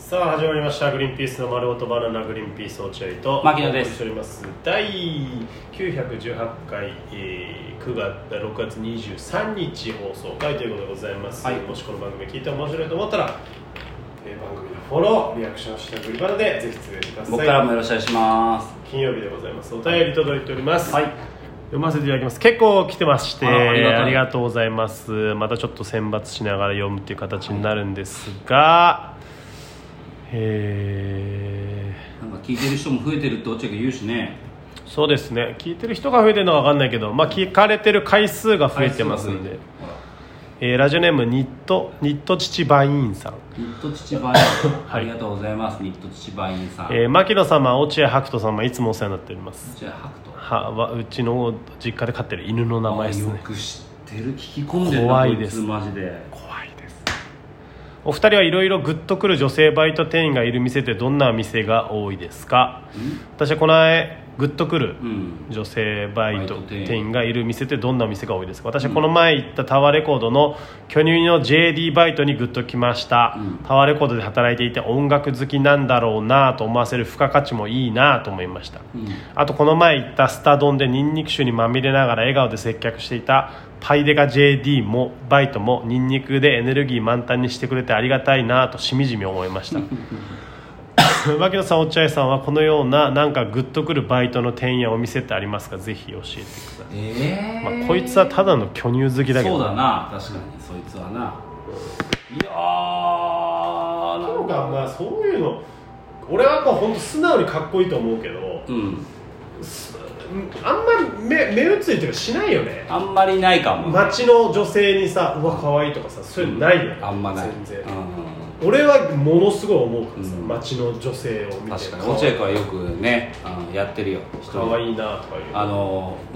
さあ始まりましたグリーンピースの丸ごとバナナグリーンピース落合と牧野です。 お送りしております第918回、6月23日放送回ということでございます、 はい、 もしこの番組聞いて面白いと思ったら、番組のフォローリアクションしてグリバナでぜひ続けてください。 僕からもよろしくお願いします。 金曜日でございます。お便り届いております、 はい、 読ませていただきます。結構来てましてありがとうございます。またちょっと選抜しながら読むっていう形になるんですが、 なんか聞いてる人も増えてるって落合が言うしね。 そうですね、聞いてる人が増えてるのは分かんないけど、聞かれてる回数が増えてますんで、ラジオネームニット父バインさん、 ニット父バインさん、ありがとうございます。ニット父バインさん、 牧野様、落合白人様、いつもお世話になっております。 落合白人はうちの実家で飼ってる犬の名前ですね。 よく知ってる、聞き込んでるな。 怖いです、 マジで怖いです。お二人はいろいろグッとくる女性バイト店員がいる店ってどんな店が多いですか？私はこの前グッとくる女性バイト店員がいる店ってどんな店が多いですか？私はこの前行ったタワーレコードの巨乳の JD バイトにグッときました、タワーレコードで働いていて音楽好きなんだろうなと思わせる付加価値もいいなと思いました、あとこの前行ったスタ丼でニンニク臭にまみれながら笑顔で接客していたパイデカ JD もバイトもニンニクでエネルギー満タンにしてくれてありがたいなとしみじみ思いました牧野さん、落合さんはこのようななんかグッとくるバイトの店員やお店ってありますか？ぜひ教えてください。こいつはただの巨乳好きだけど、 そうだな、確かにそいつはな。いやー、 なんかそういうの俺は本当素直にかっこいいと思うけど、あんまり目移りというかしないよね。 あんまりないかも。 街の女性にさ、うわ可愛いとかさ、そういうのないよね、 あんまない。 全然、俺はものすごい思うからさ、街の女性を見て、 確かに落合君はよくね、やってるよ。 可愛いなとかいう、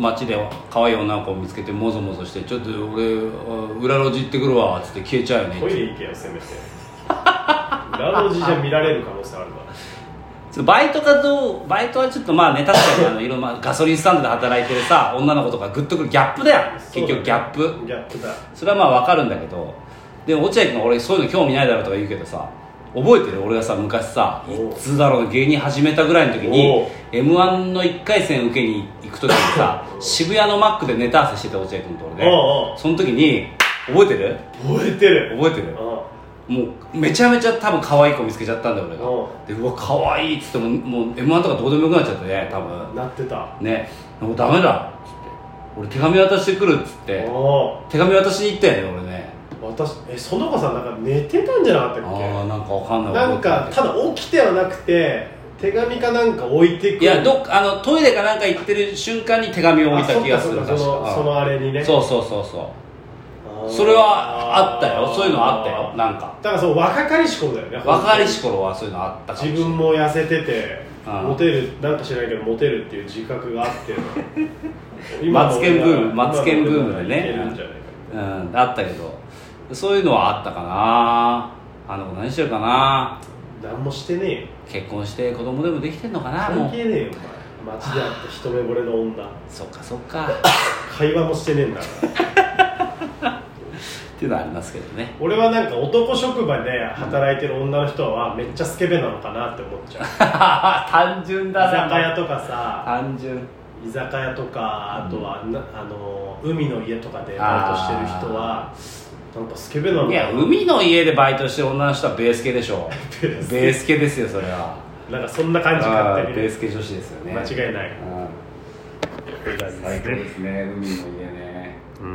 街で可愛い女の子を見つけてもぞもぞして、ちょっと俺裏路地行ってくるわっつって消えちゃうよね。 トイレ行けよせめて裏路地じゃ見られる可能性あるわ。 バイトはちょっと確かにいろんなガソリンスタンドで働いてるさ女の子とかグッとくるギャップだよ。結局ギャップだ。 それは分かるんだけど、でも落合君が俺そういうの興味ないだろうとか言うけどさ、覚えてる？俺がさ昔さ、いつだろう芸人始めたぐらいの時に M1 の1回戦受けに行く時にさ渋谷のマックでネタ合わせしてた落合君と俺で、その時に覚えてる？ 覚えてるもうめちゃめちゃ多分可愛い子見つけちゃったんだよ俺が。でうわ可愛いっつってもう M1 とかどうでもよくなっちゃってね、多分なってたね。もうダメだっつって俺手紙渡してくるっつって手紙渡しに行ったよね俺ね。 その子さんなんか寝てたんじゃなかったっけ？ なんかわかんない。 なんかただ起きてはなくて手紙かなんか置いてくる。 いやトイレかなんか行ってる瞬間に手紙を置いた気がする。 そのあれにね。 そうそれはあったよ。そういうのあったよ。なんかだから若かりし頃だよね。 若かりし頃はそういうのあったかもしれない。 自分も痩せててモテる、なんか知らないけどモテるっていう自覚があってマツケンブームでね、あったけど、そういうのはあったかな。あの子何してるかな。 何もしてねえよ。 結婚して子供でもできてんのかな。 関係ねえよお前。街で会って一目惚れの女。 そっか会話もしてねえんだからっていうのはありますけどね。 俺はなんか男職場で働いてる女の人はめっちゃスケベなのかなって思っちゃう単純だな。 居酒屋とかさ、 単純居酒屋とか、あとは海の家とかでバイトしてる人はなんかスケベなのかな。 いや海の家でバイトしてる女の人はベース系でしょベース系ですよそれは。 なんかそんな感じ勝手にベース系女子ですよね。 間違いない。 最高ですね海の家ね。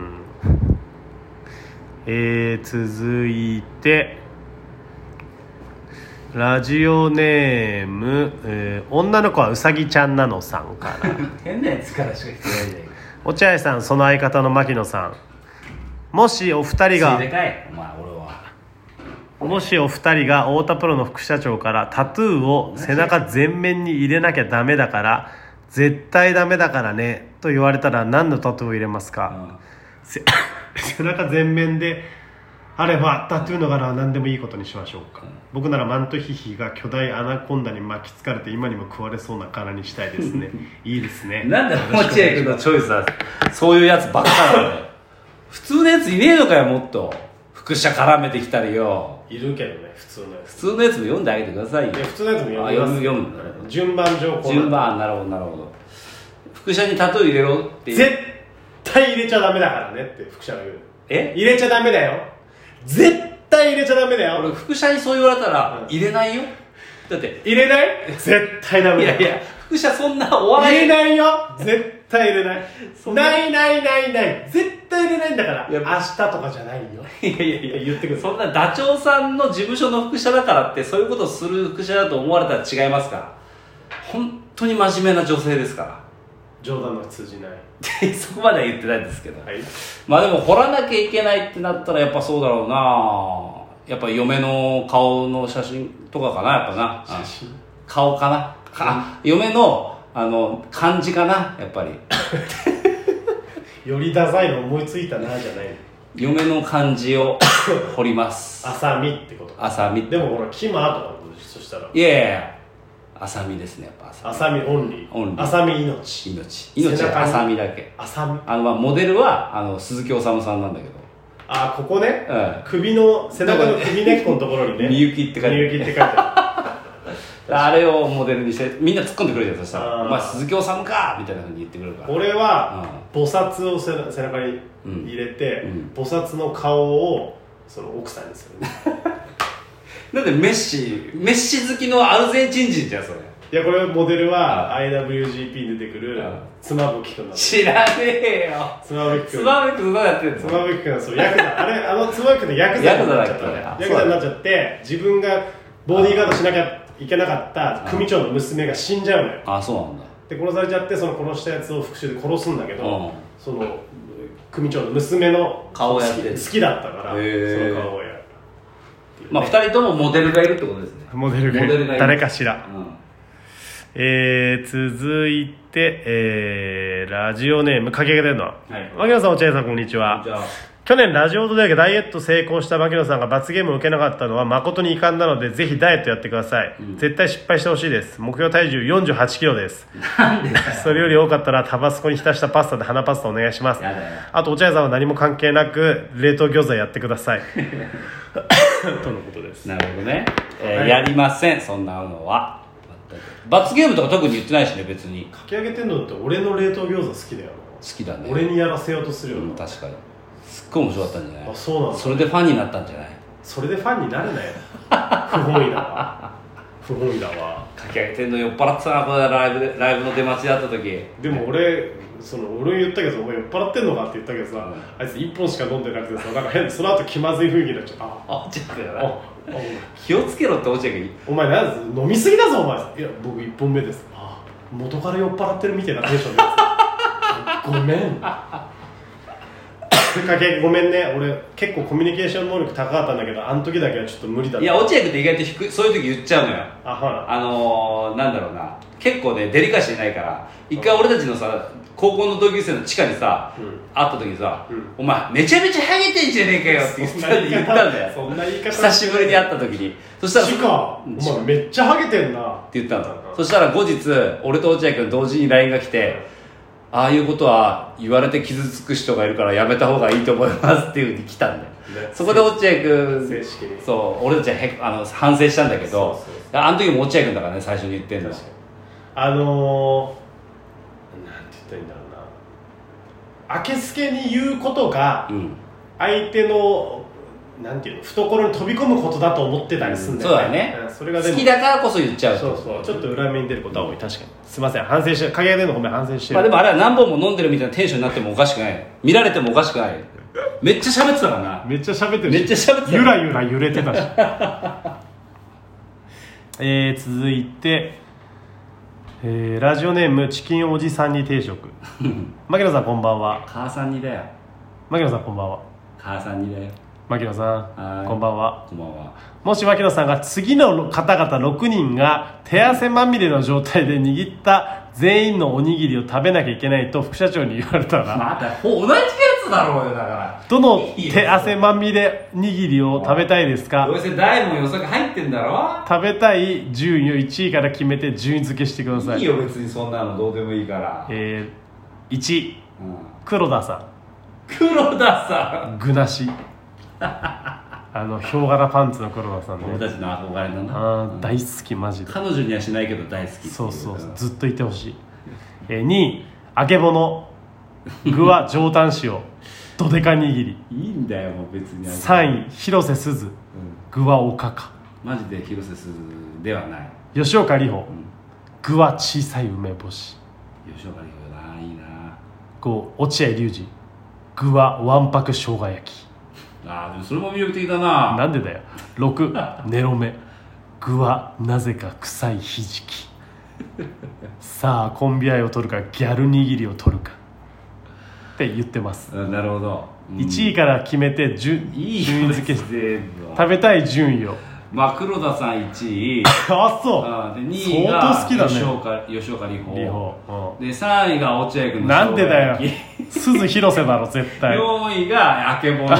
続いてラジオネーム、女の子はうさぎちゃんなのさんから変なやつからしか来てないじゃないか。 落合さん、その相方の牧野さん、もしお二人が太田プロの副社長からタトゥーを背中全面に入れなきゃダメだから絶対ダメだからねと言われたら何のタトゥーを入れますか？背中全面であればタトゥーの柄は何でもいいことにしましょうか。僕ならマントヒヒが巨大アナコンダに巻きつかれて今にも食われそうな柄にしたいですねいいですね。 なんで落合君のチョイスはそういうやつばっかなんだよ普通のやついねえのかよ。もっと副社絡めてきたりよ。 いるけどね、普通のやつ。 普通のやつも読んであげてくださいよ。 普通のやつも読みます。 読むんだね。 順番上こう。 順番、なるほどなるほど。副社にタトゥー入れろっていう。 絶対入れちゃダメだからねって副社が言う。入れちゃダメだよ。絶対入れちゃダメだよ。 俺副社にそう言われたら入れないよ。だって入れない？絶対ダメだよ。 いやいや、副社そんなお笑い入れないよ。絶対入れない。ない絶対入れないんだから。明日とかじゃないよ。 いや言ってくる。そんなダチョウさんの事務所の副社だからってそういうことをする副社だと思われたら違いますから。本当に真面目な女性ですから。 冗談が通じない。 そこまでは言ってないんですけど、 はい、 まあでも掘らなきゃいけないってなったらやっぱそうだろうな。やっぱ嫁の顔の写真とかかな、やっぱな。 写真顔かな、嫁の漢字かな、やっぱり。 よりダサいの思いついたなじゃない。 嫁の漢字を掘ります。 あさみってこと。 あさみ。 でもほらキマとかそしたら。 いやいや、あさみですね、やっぱあさみオンリー。あさみ命はあさみだけ。 あさみ。 まあモデルは鈴木おさむさんなんだけど。 ここね、首の背中の首根っこのところにね、 みゆきって書いてある。 みゆきって書いてある。 あれをモデルにしてみんな突っ込んでくれるよ。そしたらお前鈴木おさむかみたいなふうに言ってくれるから。 俺は菩薩を背中に入れて、菩薩の顔をその奥さんにするね。 なんでメッシ好きのアルゼンチン人じゃんそれ。 いやこれモデルは IWGP に出てくる妻夫木君なんだ。 知らねえよ。 妻夫木君どうやってんの。 妻夫木君はそうヤクザ、妻夫木君でヤクザになっちゃったね。ヤクザになっちゃって自分がボディーガードしなきゃいけなかった組長の娘が死んじゃうのよ。 あ、そうなんだ。 で殺されちゃって、その殺したやつを復讐で殺すんだけど、その組長の娘の顔をやって好きだったから、その顔をやる。 まあ2人ともモデルがいるってことですね。 モデルがいる、誰かしら。続いて、ラジオネームかけが出るの、牧野さん、落合さん、こんにちは。去年ラジオでダイエット成功した牧野さんが罰ゲームを受けなかったのは誠に遺憾なので、ぜひダイエットやってください、絶対失敗してほしいです。目標体重48キロです。それより多かったらタバスコに浸したパスタで花パスタお願いします。あと落合さんは何も関係なく冷凍餃子やってください。とのことです。 なるほどね、やりません、そんなのは。罰ゲームとか特に言ってないしね、別に。 かき上げてんのって俺の冷凍餃子好きだよな。 好きだね。 俺にやらせようとするよな、 確かに。すっごい面白かったんじゃない。 あ、そうなんだ。 それでファンになったんじゃない。 それでファンになれないよ。不本意だわ。不本意だわ。 かき上げてんの酔っ払ってたな、このライブの出待ちで会った時。 でも俺言ったけど、お前酔っ払ってんのかって言ったけどさ、あいつ1本しか飲んでなくてさ、なんか変、その後気まずい雰囲気になっちゃった。 落合君だな。気をつけろって落合君。 お前なん飲みすぎだぞお前。いや僕1本目です。元から酔っ払ってるみたいなテンションでごめん。ごめんね、俺結構コミュニケーション能力高かったんだけど、あの時だけはちょっと無理だった。 いや、落合君って意外と低い、そういう時言っちゃうのよ。なんだろうな、結構ねデリカシーないから。一回俺たちのさ高校の同級生の地下にさ、会った時にさ、お前めちゃめちゃハゲてんじゃねえかよって言ったんだよ。 そんな言い方。 久しぶりに会った時に。そしたら地下お前めっちゃハゲてんなって言ったんだ。そしたら後日俺と落合君同時に LINE が来て、ああいうことは言われて傷つく人がいるからやめた方がいいと思いますっていう風に来たんだよ、そこで落合君、そう俺たちは反省したんだけど、あの時も落合君だからね、最初に言ってんの。なんて言ったらいいんだろうな、あけすけに言うことが相手のなんていうの、懐に飛び込むことだと思ってたりするんだよね。 そうだね。それが好きだからこそ言っちゃう。 そうそう、ちょっと裏目に出ることは多い。確かに。すいません、反省して、影が出るのごめん、反省してる。 まあでもあれは何本も飲んでるみたいなテンションになってもおかしくない。見られてもおかしくない。めっちゃ喋ってたからな。 めっちゃ喋ってるし。 めっちゃ喋ってた。 ゆらゆら揺れてたし。続いて、ラジオネームチキンおじさんに定食。牧野さんこんばんは。 母さんにだよ。 牧野さんこんばんは。 母さんにだよ。 牧野さんこんばんは。 こんばんは。 もし牧野さんが次の方々6人が手汗まみれの状態で握った全員のおにぎりを食べなきゃいけないと副社長に言われたら、 また同じやつだろうよ。だからどの手汗まみれ握りを食べたいですか。 どうせ大も予測入ってんだろ。 食べたい順位を1位から決めて順位付けしてください。 いいよ別に、そんなのどうでもいいから。 1位、黒田さん。 黒田さん具なし。 ヒョウ柄パンツの黒田さんね。 俺たちの憧れのな、 大好きマジで。 彼女にはしないけど大好き。 そうずっといてほしい。2位あけぼの、具は上タン塩、どでか握り。 いいんだよもう別に。 3位広瀬すず、具はおかか。 マジで広瀬すずではない。 吉岡里帆、具は小さい梅干し。 吉岡里帆だな、いいな。 5位落合隆二、具はわんぱく生姜焼き。 でもそれも魅力的だな。 なんでだよ。6ネロメ、具はなぜか臭いひじき。さあコンビ愛を取るかギャル握りを取るかって言ってます。 なるほど、 1位から決めて順位付けして食べたい順位を。 黒田さん1位あ、そうで2位が相当好きだね、 吉岡里帆で、 3 位が落合君のなんでだよ鈴広瀬だろ絶対。 4位があけぼの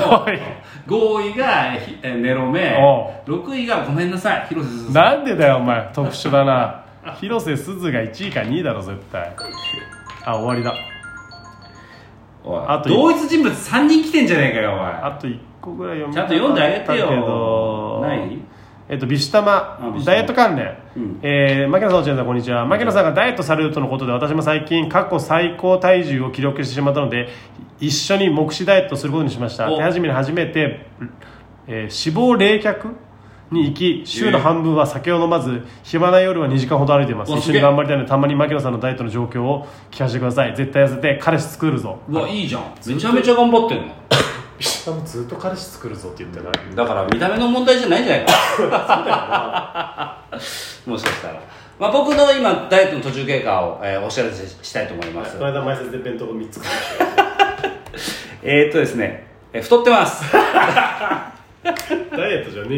5位がネロメ、6位がごめんなさい広瀬すず。 なんでだよお前、特殊だな広瀬すずが1位か2位だろ絶対。終わりだ。 あと同一人物3人来てんじゃねえかよお前。 あと1個ぐらい読みちゃんと読んであげてよ。 ないビシュタマダイエット関連、牧野さん、落合さん、こんにちは。牧野さんがダイエットされるとのことで、私も最近過去最高体重を記録してしまったので、一緒に目視ダイエットすることにしました。手始めに初めて、脂肪冷却に行き、週の半分は酒を飲まず、暇な夜は2時間ほど歩いています。一緒に頑張りたいので、たまに牧野さんのダイエットの状況を聞かせてください。絶対痩せて彼氏作るぞ。 うわ、いいじゃん。めちゃめちゃ頑張ってんの。 ずっと彼氏作るぞって言ってない。 だから見た目の問題じゃないんじゃないかそうだよなもしかしたら、僕の今ダイエットの途中経過を、お知らせしたいと思います。 この間前説で弁当を3つ買いましたですね、太ってますダイエットじゃねえ